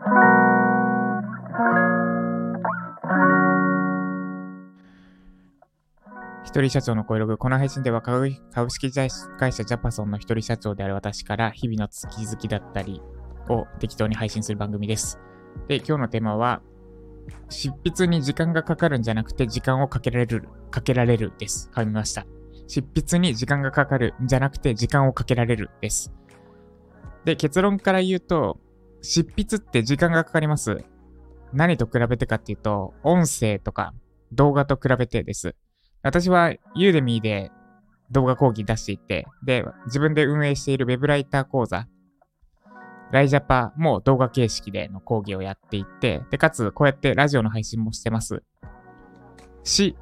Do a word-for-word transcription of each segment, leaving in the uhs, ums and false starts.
一人社長の声ログ。この配信では株式会社ジャパソンの一人社長である私から日々の気づきだったりを適当に配信する番組です。で、今日のテーマは執筆に時間がかかるんじゃなくて時間をかけられる、かけられるです。噛みました。執筆に時間がかかるんじゃなくて時間をかけられるです。で、結論から言うと、執筆って時間がかかります。何と比べてかっていうと、音声とか動画と比べてです。私はユーデミーで動画講義出していて、で、自分で運営しているウェブライター講座、ライジャパも動画形式での講義をやっていて、で、かつこうやってラジオの配信もしてます。し、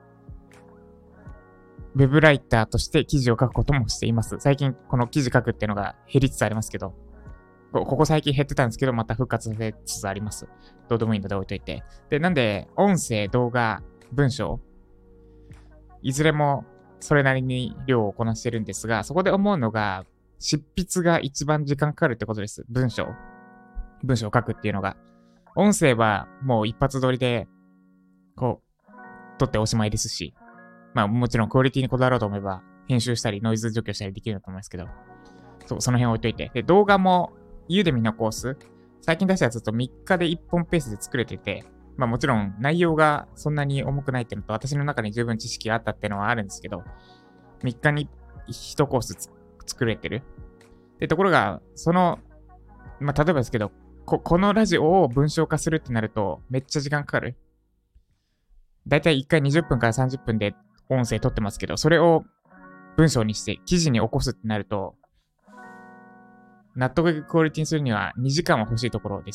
ウェブライターとして記事を書くこともしています。最近この記事書くっていうのが減りつつありますけど、ここ最近減ってたんですけど、また復活させつつあります。どうでもいいので置いといて。で、なんで、音声、動画、文章、いずれもそれなりに量をこなしてるんですが、そこで思うのが、執筆が一番時間かかるってことです。文章。文章を書くっていうのが。音声はもう一発撮りで、こう、撮っておしまいですし、まあもちろんクオリティにこだわろうと思えば、編集したりノイズ除去したりできると思いますけど、そう、その辺置いといて。で、動画も、ユーデミのコース、最近出したやつとみっかでいっぽんペースで作れてて、まあもちろん内容がそんなに重くないっていうのと、私の中に十分知識があったっていうのはあるんですけど、みっかにいちコース作れてる。で、ところが、その、まあ例えばですけど、こ、このラジオを文章化するってなると、めっちゃ時間かかる。だいたいいっかいにじゅっぷんからさんじゅっぷんで音声撮ってますけど、それを文章にして記事に起こすってなると、納得いくクオリティにするにはにじかんは欲しいところです。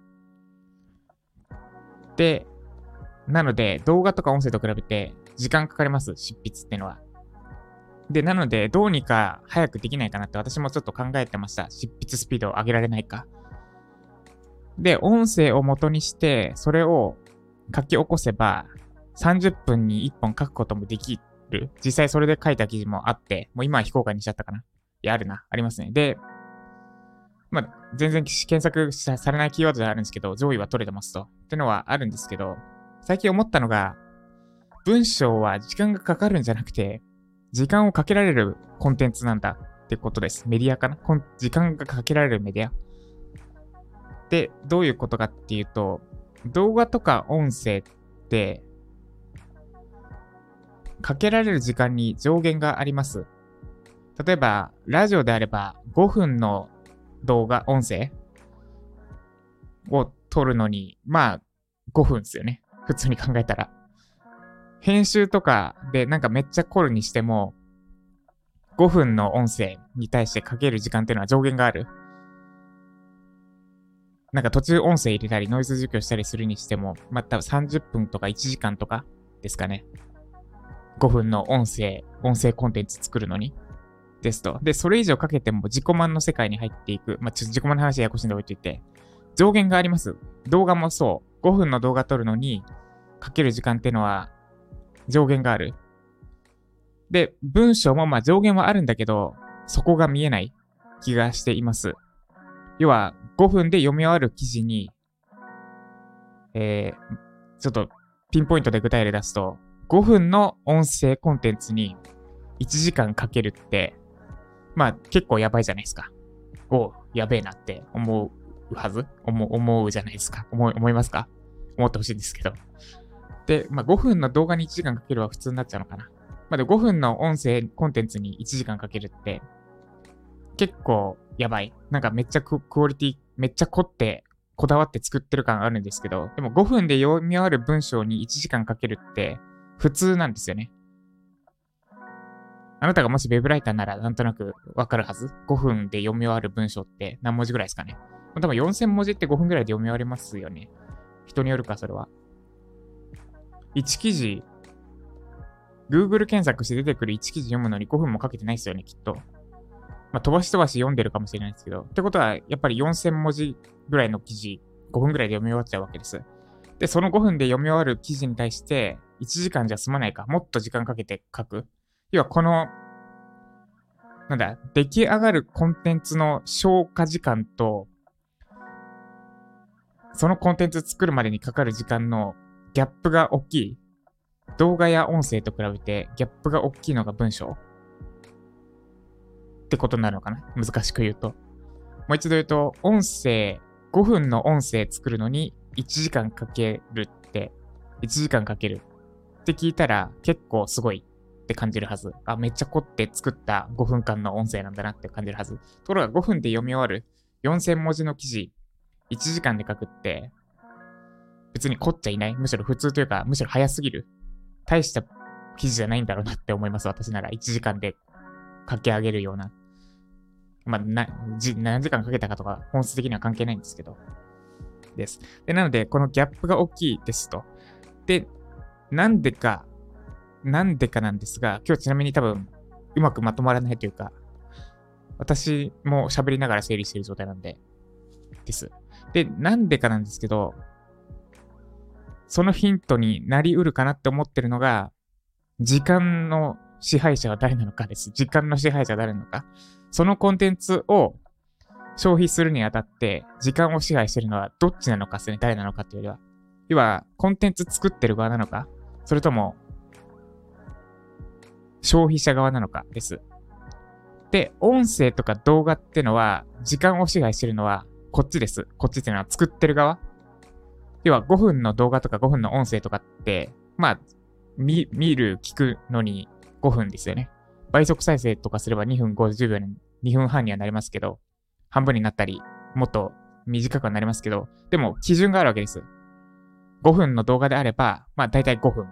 で、なので動画とか音声と比べて時間かかります、執筆っていうのは。で、なのでどうにか早くできないかなって私もちょっと考えてました。執筆スピードを上げられないか。で、音声を元にしてそれを書き起こせばさんじゅっぷんにいっぽん書くこともできる。実際それで書いた記事もあって、もう今は非公開にしちゃったかな。いや、あるな。ありますね。で、まあ、全然検索されないキーワードであるんですけど、上位は取れてますと。ってのはあるんですけど、最近思ったのが、文章は時間がかかるんじゃなくて、時間をかけられるコンテンツなんだってことです。メディアかな？時間がかけられるメディア。で、どういうことかっていうと、動画とか音声って、かけられる時間に上限があります。例えば、ラジオであればごふんの動画、音声を撮るのに、まあ、ごふんですよね。普通に考えたら。編集とかでなんかめっちゃ凝るにしても、ごふんの音声に対してかける時間っていうのは上限がある。なんか途中音声入れたり、ノイズ除去したりするにしても、まあ、多分さんじゅっぷんとかいちじかんとかですかね。ごふんの音声、音声コンテンツ作るのに。ですと。で、それ以上かけても自己満の世界に入っていく。まあ、ちょっと自己満の話ややこしいんで置いといて。上限があります。動画もそう。ごふんの動画撮るのにかける時間っていうのは上限がある。で、文章もまあ上限はあるんだけど、そこが見えない気がしています。要は、ごふんで読み終わる記事に、えー、ちょっとピンポイントで具体例出すと、ごふんの音声コンテンツにいちじかんかけるって、まあ結構やばいじゃないですか。お、やべえなって思うはず思う、思うじゃないですか。思い、思いますか？思ってほしいんですけど。で、まあごふんの動画にいちじかんかけるは普通になっちゃうのかな。まあでごふんの音声コンテンツにいちじかんかけるって結構やばい。なんかめっちゃクオリティ、めっちゃ凝ってこだわって作ってる感あるんですけど、でもごふんで読み終わる文章にいちじかんかけるって普通なんですよね。あなたがもしウェブライターならなんとなくわかるはず。ごふんで読み終わる文章って何文字ぐらいですかね。多分よんせん文字ってごふんぐらいで読み終わりますよね。人によるか、それは。いち記事、Google 検索して出てくるいち記事読むのにごふんもかけてないですよね、きっと。まあ、飛ばし飛ばし読んでるかもしれないですけど。ってことは、やっぱりよんせん文字ぐらいの記事、ごふんぐらいで読み終わっちゃうわけです。で、そのごふんで読み終わる記事に対して、いちじかんじゃ済まないか、もっと時間かけて書く。要は、この、なんだ、出来上がるコンテンツの消化時間と、 そのコンテンツ作るまでにかかる時間のギャップが大きい。動画や音声と比べてギャップが大きいのが文章ってことになるのかな、難しく言うと。もう一度言うと、音声、ごふんの音声作るのにいちじかんかけるって、いちじかんかけるって聞いたら結構すごいって感じるはず。あ、めっちゃ凝って作ったごふんかんの音声なんだなって感じるはず。ところがごふんで読み終わるよんせんもじの記事、いちじかんで書くって、別に凝っちゃいない。むしろ普通というか、むしろ早すぎる。大した記事じゃないんだろうなって思います。私ならいちじかんで書き上げるような。まあ、な、じ、何時間かけたかとか本質的には関係ないんですけど。です。で、なので、このギャップが大きいですと。で、なんでか、なんでかなんですが、今日ちなみに多分、うまくまとまらないというか、私も喋りながら整理している状態なんで、です。で、なんでかなんですけど、そのヒントになりうるかなって思ってるのが、時間の支配者は誰なのかです。時間の支配者は誰なのか。そのコンテンツを消費するにあたって、時間を支配してるのはどっちなのかですね。誰なのかっていうよりは。要は、コンテンツ作ってる側なのか、それとも、消費者側なのかです。で、音声とか動画ってのは、時間を支配してるのは、こっちです。こっちっていうのは作ってる側。要はごふんの動画とかごふんの音声とかって、まあ、見、見る、聞くのにごふんですよね。倍速再生とかすればにふんごじゅうびょうに、にふんはんにはなりますけど、半分になったり、もっと短くはなりますけど、でも基準があるわけです。ごふんの動画であれば、まあ大体ごふん。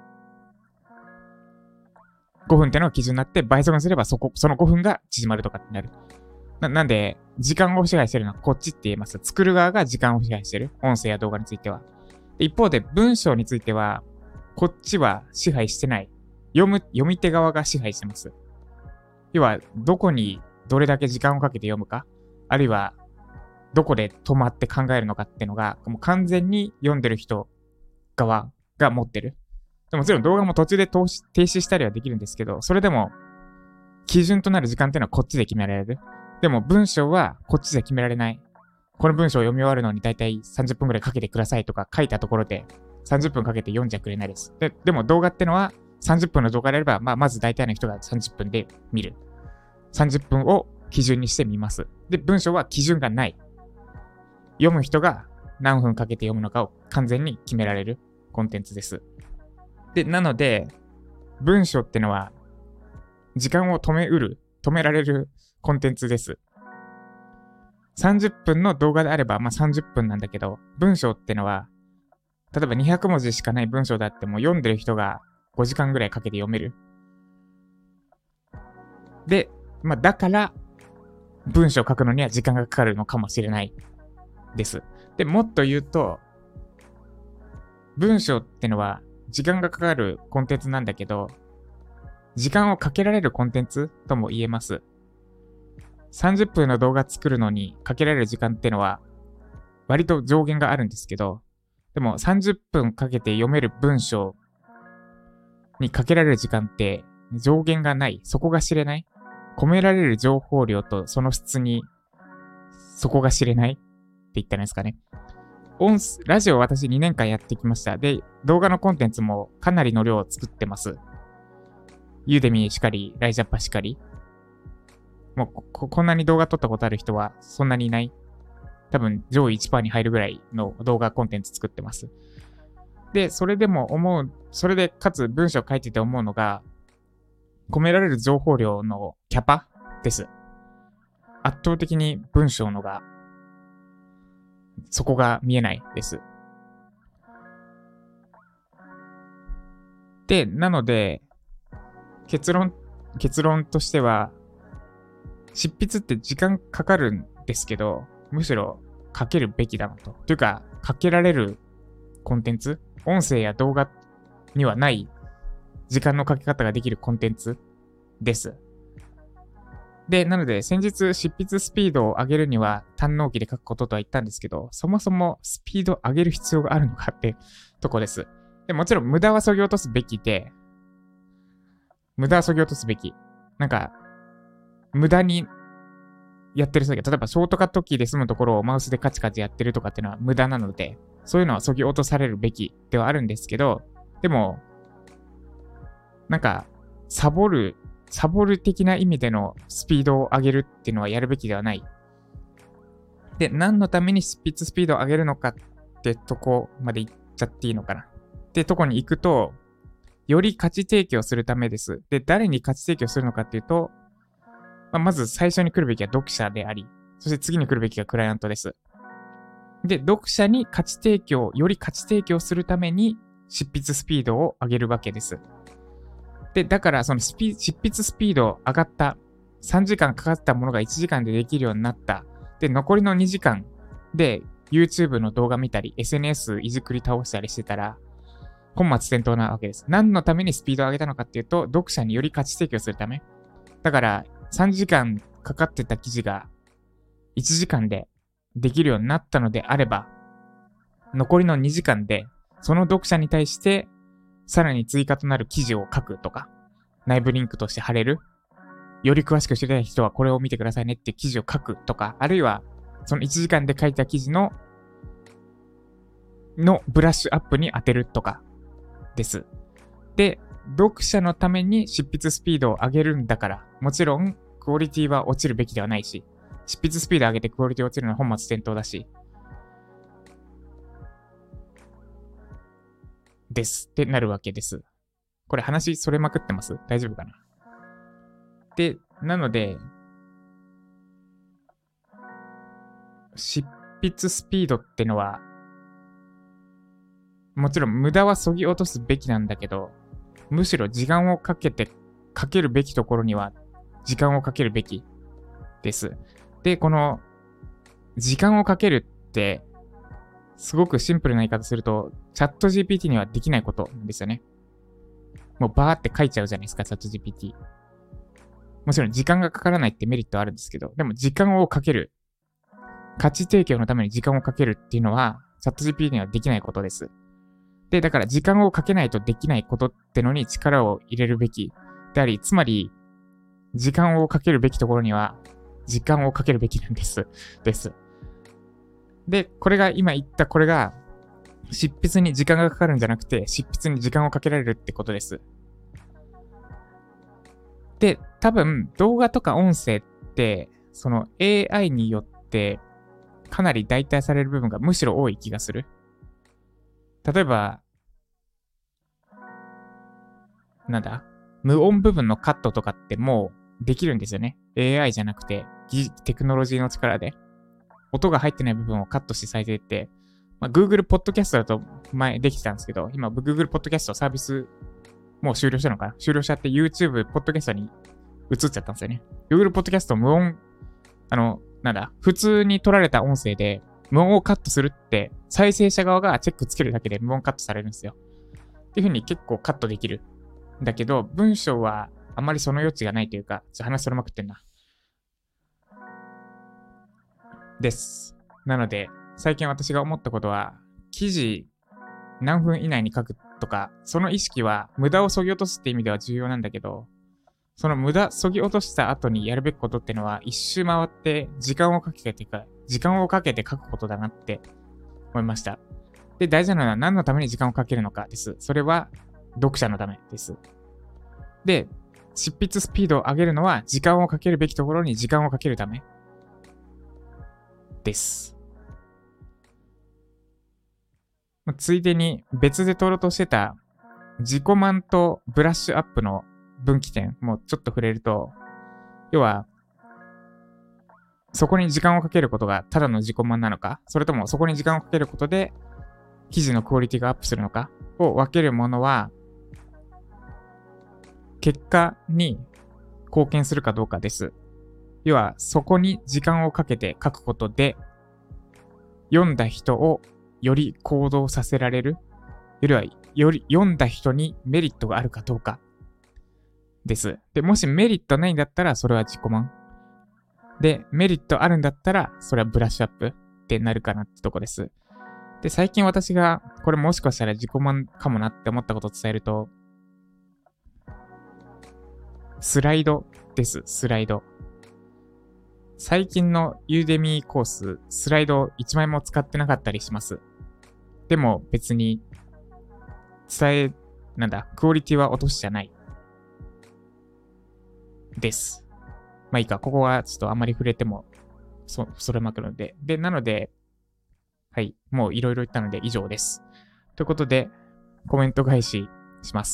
ごふんってのが基準になって、倍速にすればそこ、そのごふんが縮まるとかってなる。な、なんで、時間を支配してるのはこっちって言えます。作る側が時間を支配してる。音声や動画については。一方で文章については、こっちは支配してない。読む、読み手側が支配してます。要は、どこにどれだけ時間をかけて読むか、あるいは、どこで止まって考えるのかっていうのが、もう完全に読んでる人側が持ってる。でもちろん動画も途中で停止したりはできるんですけど、それでも、基準となる時間っていうのはこっちで決められる。でも文章はこっちで決められない。この文章を読み終わるのにだいたいさんじゅっぷんくらいかけてくださいとか書いたところでさんじゅっぷんかけて読んじゃくれないです。で、でも動画ってのはさんじゅっぷんの動画であれば、まあ、まず大体の人がさんじゅっぷんで見る。さんじゅっぷんを基準にしてみます。で、文章は基準がない。読む人が何分かけて読むのかを完全に決められるコンテンツです。で、なので、文章ってのは時間を止めうる、止められるコンテンツです。さんじゅっぷんの動画であれば、まあ、さんじゅっぷんなんだけど、文章ってのは、例えばにひゃくもじしかない文章であっても、読んでる人がごじかんぐらいかけて読める。で、まあ、だから、文章を書くのには時間がかかるのかもしれないです。で、もっと言うと、文章ってのは時間がかかるコンテンツなんだけど、時間をかけられるコンテンツとも言えます。さんじゅっぷんの動画作るのにかけられる時間ってのは割と上限があるんですけど、でもさんじゅっぷんかけて読める文章にかけられる時間って上限がない。そこが知れない。込められる情報量とその質にそこが知れないって言ったらいいですかね。音ラジオを私にねんかんやってきました。で、動画のコンテンツもかなりの量を作ってます。ユーデミーしかり、ライジャッパしかり。もうこ、こんなに動画撮ったことある人はそんなにいない。多分上位 いちパーセント に入るぐらいの動画コンテンツ作ってます。で、それでも思う、それでかつ文章書いてて思うのが、込められる情報量のキャパです。圧倒的に文章のが、そこが見えないです。で、なので、結論、結論としては、執筆って時間かかるんですけど、むしろかけるべきだなと。というか、かけられるコンテンツ、音声や動画にはない時間のかけ方ができるコンテンツです。で、なので先日執筆スピードを上げるには短納期で書くこととは言ったんですけど、そもそもスピードを上げる必要があるのかってとこです。でもちろん無駄は削ぎ落とすべきで、無駄は削ぎ落とすべき。なんか、無駄にやってる作業。例えばショートカットキーで済むところをマウスでカチカチやってるとかっていうのは無駄なので、 そういうのは削ぎ落とされるべきではあるんですけど、でも、なんか、サボる、サボる的な意味でのスピードを上げるっていうのはやるべきではない。で、何のために執筆スピードを上げるのかってとこまで行っちゃっていいのかな。ってとこに行くと、より価値提供するためです。で、誰に価値提供するのかっていうと、まあ、まず最初に来るべきは読者であり、そして次に来るべきがクライアントです。で、読者に価値提供、より価値提供するために執筆スピードを上げるわけです。で、だからそのスピ執筆スピード上がった、さんじかんかかったものがいちじかんでできるようになった。で、残りのにじかんで YouTube の動画見たり、エスエヌエス いじくり倒したりしてたら、本末転倒なわけです。何のためにスピードを上げたのかっていうと、読者により価値提供するため。だから、さんじかんかかってた記事がいちじかんでできるようになったのであれば、残りのにじかんで、その読者に対して、さらに追加となる記事を書くとか、内部リンクとして貼れる。より詳しく知りたい人はこれを見てくださいねって記事を書くとか、あるいは、そのいちじかんで書いた記事の、のブラッシュアップに当てるとか、です。で、読者のために執筆スピードを上げるんだから、もちろん、クオリティは落ちるべきではないし、執筆スピード上げてクオリティ落ちるのは本末転倒だし、ですってなるわけです。これ話それまくってます？大丈夫かな？で、なので、執筆スピードってのは、もちろん無駄は削ぎ落とすべきなんだけど、むしろ時間をかけて、かけるべきところには時間をかけるべきです。で、この時間をかけるって、すごくシンプルな言い方すると、チャット ジーピーティー にはできないことなんですよね。もうバーって書いちゃうじゃないですか、チャット ジーピーティー。もちろん時間がかからないってメリットはあるんですけど、でも時間をかける。価値提供のために時間をかけるっていうのは、チャット ジーピーティー にはできないことです。で、だから時間をかけないとできないことってのに力を入れるべきであり、つまり、時間をかけるべきところには、時間をかけるべきなんです。です。で、これが今言ったこれが、執筆に時間がかかるんじゃなくて、執筆に時間をかけられるってことです。で、多分、動画とか音声って、その エーアイ によって、かなり代替される部分がむしろ多い気がする。例えば、なんだ無音部分のカットとかってもうできるんですよね。エーアイ じゃなくて、テクノロジーの力で。音が入ってない部分をカットして再生って、まあ、Google Podcast だと前できてたんですけど、今 Google Podcast サービスもう終了したのかな終了しちゃって YouTube Podcast に移っちゃったんですよね。Google Podcast 無音、あの、なんだ、普通に撮られた音声で無音をカットするって、再生者側がチェックつけるだけで無音カットされるんですよ。っていう風に結構カットできる。だけど、文章はあまりその余地がないというか、ちょっと話それまくってんな。です。なので、最近私が思ったことは、記事何分以内に書くとか、その意識は無駄を削ぎ落とすって意味では重要なんだけど、その無駄削ぎ落とした後にやるべきことってのは、一周回って時間をかけてか、時間をかけて書くことだなって思いました。で、大事なのは何のために時間をかけるのかです。それは読者のためです。で、執筆スピードを上げるのは時間をかけるべきところに時間をかけるためです。ついでに別で取ろうとしてた自己満とブラッシュアップの分岐点もちょっと触れると、要はそこに時間をかけることがただの自己満なのか、それともそこに時間をかけることで記事のクオリティがアップするのかを分けるものは結果に貢献するかどうかです。要はそこに時間をかけて書くことで読んだ人をより行動させられる、よりはより読んだ人にメリットがあるかどうかです。で、もしメリットないんだったらそれは自己満。で、メリットあるんだったらそれはブラッシュアップってなるかなってとこです。で、最近私がこれもしかしたら自己満かもなって思ったことを伝えると、スライドです、スライド。最近のユーデミーコース、スライドいちまいも使ってなかったりします。 でも別に伝え、なんだ、クオリティは落としじゃない。です。まあいいか、ここはちょっとあんまり触れてもそ、それまくるので。で、なので、はい、もういろいろ言ったので以上です。ということで、コメント返しします。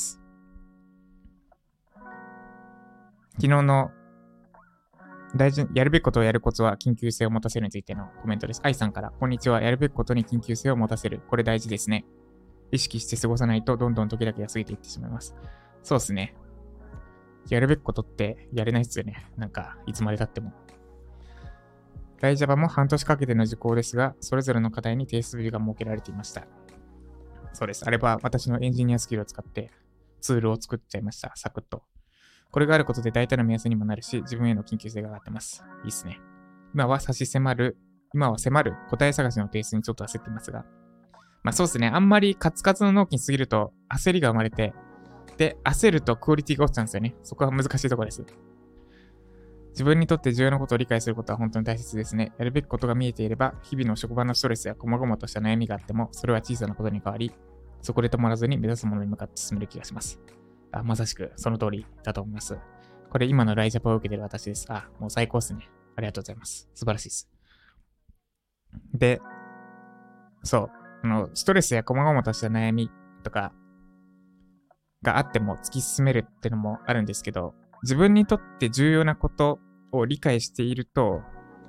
昨日の大事、やるべきことをやるコツは緊急性を持たせるについてのコメントです。愛さんから、こんにちは。やるべきことに緊急性を持たせる。これ大事ですね。意識して過ごさないとどんどん時だけが過ぎていってしまいます。そうですね。やるべきことってやれないっすよね。なんか、いつまで経っても。ライジャパも半年かけての受講ですが、それぞれの課題に提出日が設けられていました。そうです。あれは私のエンジニアスキルを使ってツールを作っちゃいました。サクッと。これがあることで大体の目安にもなるし、自分への緊急性が上がってます。いいっすね。今は差し迫る、今は迫る答え探しの提出にちょっと焦っていますが。まあそうですね。あんまりカツカツの納期に過ぎると焦りが生まれて、で、焦るとクオリティが落ちちゃうんですよね。そこは難しいところです。自分にとって重要なことを理解することは本当に大切ですね。やるべきことが見えていれば、日々の職場のストレスや細々とした悩みがあっても、それは小さなことに変わり、そこで止まらずに目指すものに向かって進める気がします。あ、まさしくその通りだと思います。これ今のライジャパを受けている私です。あ、もう最高ですね。ありがとうございます。素晴らしいです。で、そう、あの、ストレスや細々とした悩みとかがあっても突き進めるってのもあるんですけど、自分にとって重要なことを理解していると、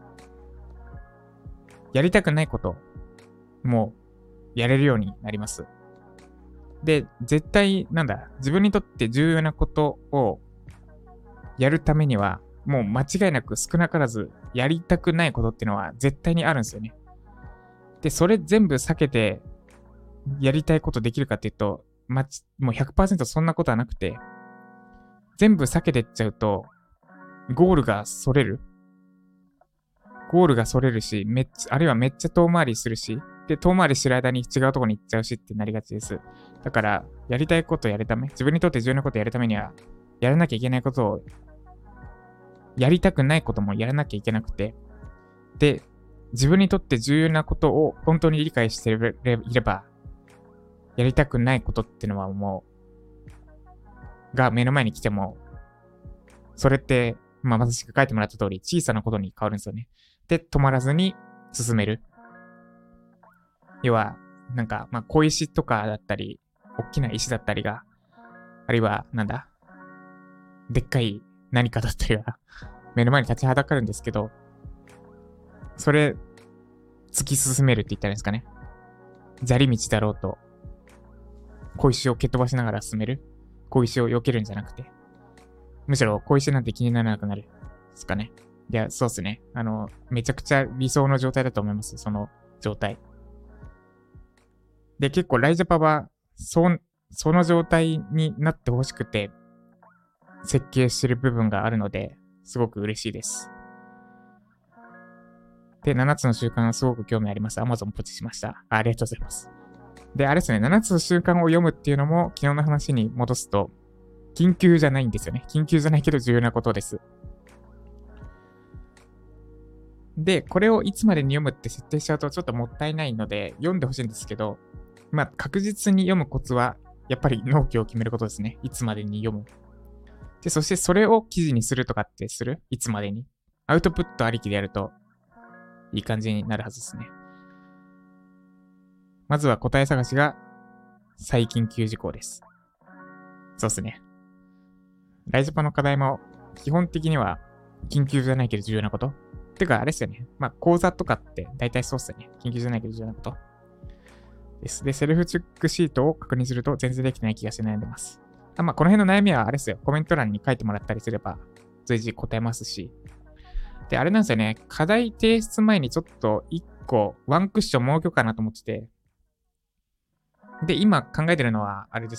やりたくないこともやれるようになります。で、絶対、なんだ、自分にとって重要なことをやるためには、もう間違いなく少なからずやりたくないことっていうのは絶対にあるんですよね。で、それ全部避けてやりたいことできるかっていうと、まち、もう ひゃくパーセント そんなことはなくて、全部避けてっちゃうと、ゴールがそれる。ゴールがそれるし、めっちゃ、あるいはめっちゃ遠回りするし、で、遠回りしてる間に違うところに行っちゃうしってなりがちです。だから、やりたいことをやるため、自分にとって重要なことをやるためには、やらなきゃいけないことを、やりたくないこともやらなきゃいけなくて、で、自分にとって重要なことを本当に理解していれば、やりたくないことってのはもう、が目の前に来ても、それって、まあ、まさしく書いてもらった通り、小さなことに変わるんですよね。で、止まらずに進める。要は、なんか、まあ、小石とかだったり、大きな石だったりが、あるいは、なんだ、でっかい何かだったりが、目の前に立ちはだかるんですけど、それ、突き進めるって言ったらいいんですかね。砂利道だろうと、小石を蹴っ飛ばしながら進める。小石を避けるんじゃなくて、むしろ小石なんて気にならなくなる。ですかね。いや、そうっすね。あの、めちゃくちゃ理想の状態だと思います。その状態。で、結構ライジャパは、そ、その状態になってほしくて、設計してる部分があるので、すごく嬉しいです。で、ななつの習慣はすごく興味あります。Amazon ポチしました。あ、ありがとうございます。で、あれですね、ななつの習慣を読むっていうのも、昨日の話に戻すと、緊急じゃないんですよね。緊急じゃないけど重要なことです。で、これをいつまでに読むって設定しちゃうとちょっともったいないので、読んでほしいんですけど、まあ、確実に読むコツは、やっぱり納期を決めることですね。いつまでに読む。で、そしてそれを記事にするとかってする？いつまでに。アウトプットありきでやると、いい感じになるはずですね。まずは答え探しが最緊急事項です。そうですね。ライジャパの課題も基本的には緊急じゃないけど重要なこと。てかあれですよね。まあ講座とかって大体そうっすよね。緊急じゃないけど重要なこと。です。で、セルフチェックシートを確認すると全然できてない気がして悩んでます。あまあこの辺の悩みはあれですよ。コメント欄に書いてもらったりすれば随時答えますし。で、あれなんですよね。課題提出前にちょっと一個ワンクッション設けようかなと思ってて。で、今考えてるのはあれです。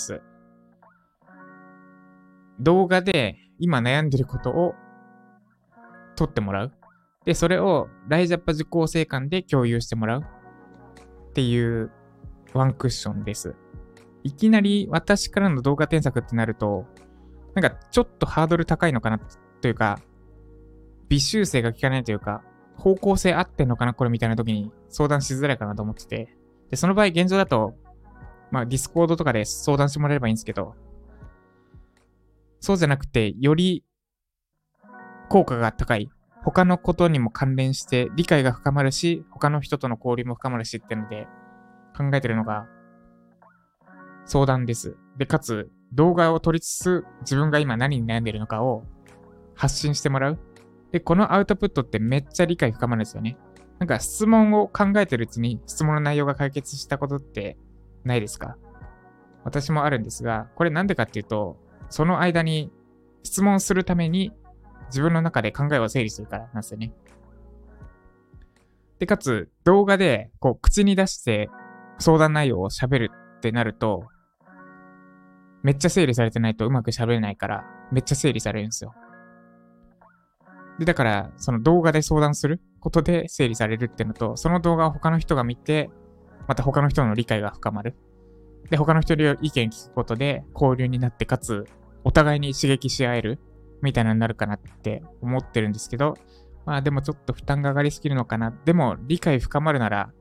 動画で今悩んでることを撮ってもらう。で、それをライジャパ受講生間で共有してもらうっていうワンクッションです。いきなり私からの動画添削ってなると、なんかちょっとハードル高いのかなというか、微修正が効かないというか、方向性合ってんのかなこれみたいな時に相談しづらいかなと思ってて、 で、その場合現状だと、まあ、ディスコードとかで相談してもらえればいいんですけど、そうじゃなくて、より効果が高い、他のことにも関連して理解が深まるし、他の人との交流も深まるしっていうので考えてるのが相談です。で、かつ動画を撮りつつ自分が今何に悩んでるのかを発信してもらう。で、このアウトプットってめっちゃ理解深まるんですよね。なんか質問を考えてるうちに質問の内容が解決したことってないですか？私もあるんですが、これなんでかっていうと、その間に質問するために自分の中で考えを整理するからなんですよね。で、かつ動画でこう口に出して相談内容を喋るってなると、めっちゃ整理されてないとうまく喋れないから、めっちゃ整理されるんですよ。で、だから、その動画で相談することで整理されるっていうのと、その動画を他の人が見て、また他の人の理解が深まる。で、他の人の意見聞くことで交流になって、かつ、お互いに刺激し合えるみたいなのになるかなって思ってるんですけど、まあでもちょっと負担が上がりすぎるのかな。でも、理解深まるなら、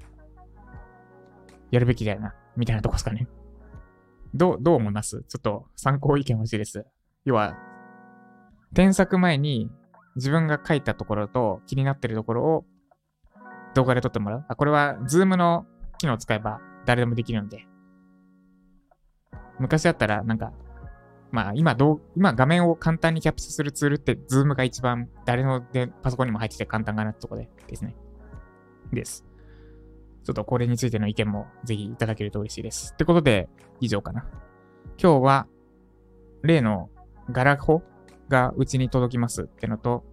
やるべきだよな。みたいなとこですかね。どう、どう思います？ちょっと参考意見欲しいです。要は、添削前に自分が書いたところと気になってるところを動画で撮ってもらう。あ、これは Zoom の機能を使えば誰でもできるので。昔だったらなんか、まあ今どう、今画面を簡単にキャプチャするツールって Zoom が一番誰のでパソコンにも入ってて簡単かなってとこでですね。です。ちょっとこれについての意見もぜひいただけると嬉しいです。ってことで以上かな。今日は例のガラホがうちに届きますってのと、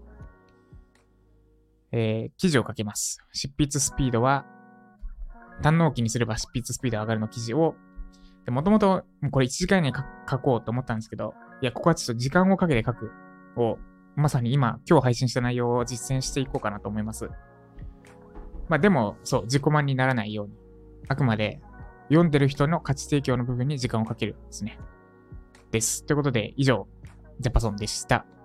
えー、記事を書けます。執筆スピードは、短納期にすれば執筆スピード上がるの記事を、もともとこれいちじかん以内に書こうと思ったんですけど、いや、ここはちょっと時間をかけて書くを、まさに今、今日配信した内容を実践していこうかなと思います。まあでも、そう、自己満にならないように、あくまで読んでる人の価値提供の部分に時間をかけるですね。です。ということで、以上、ジャパソンでした。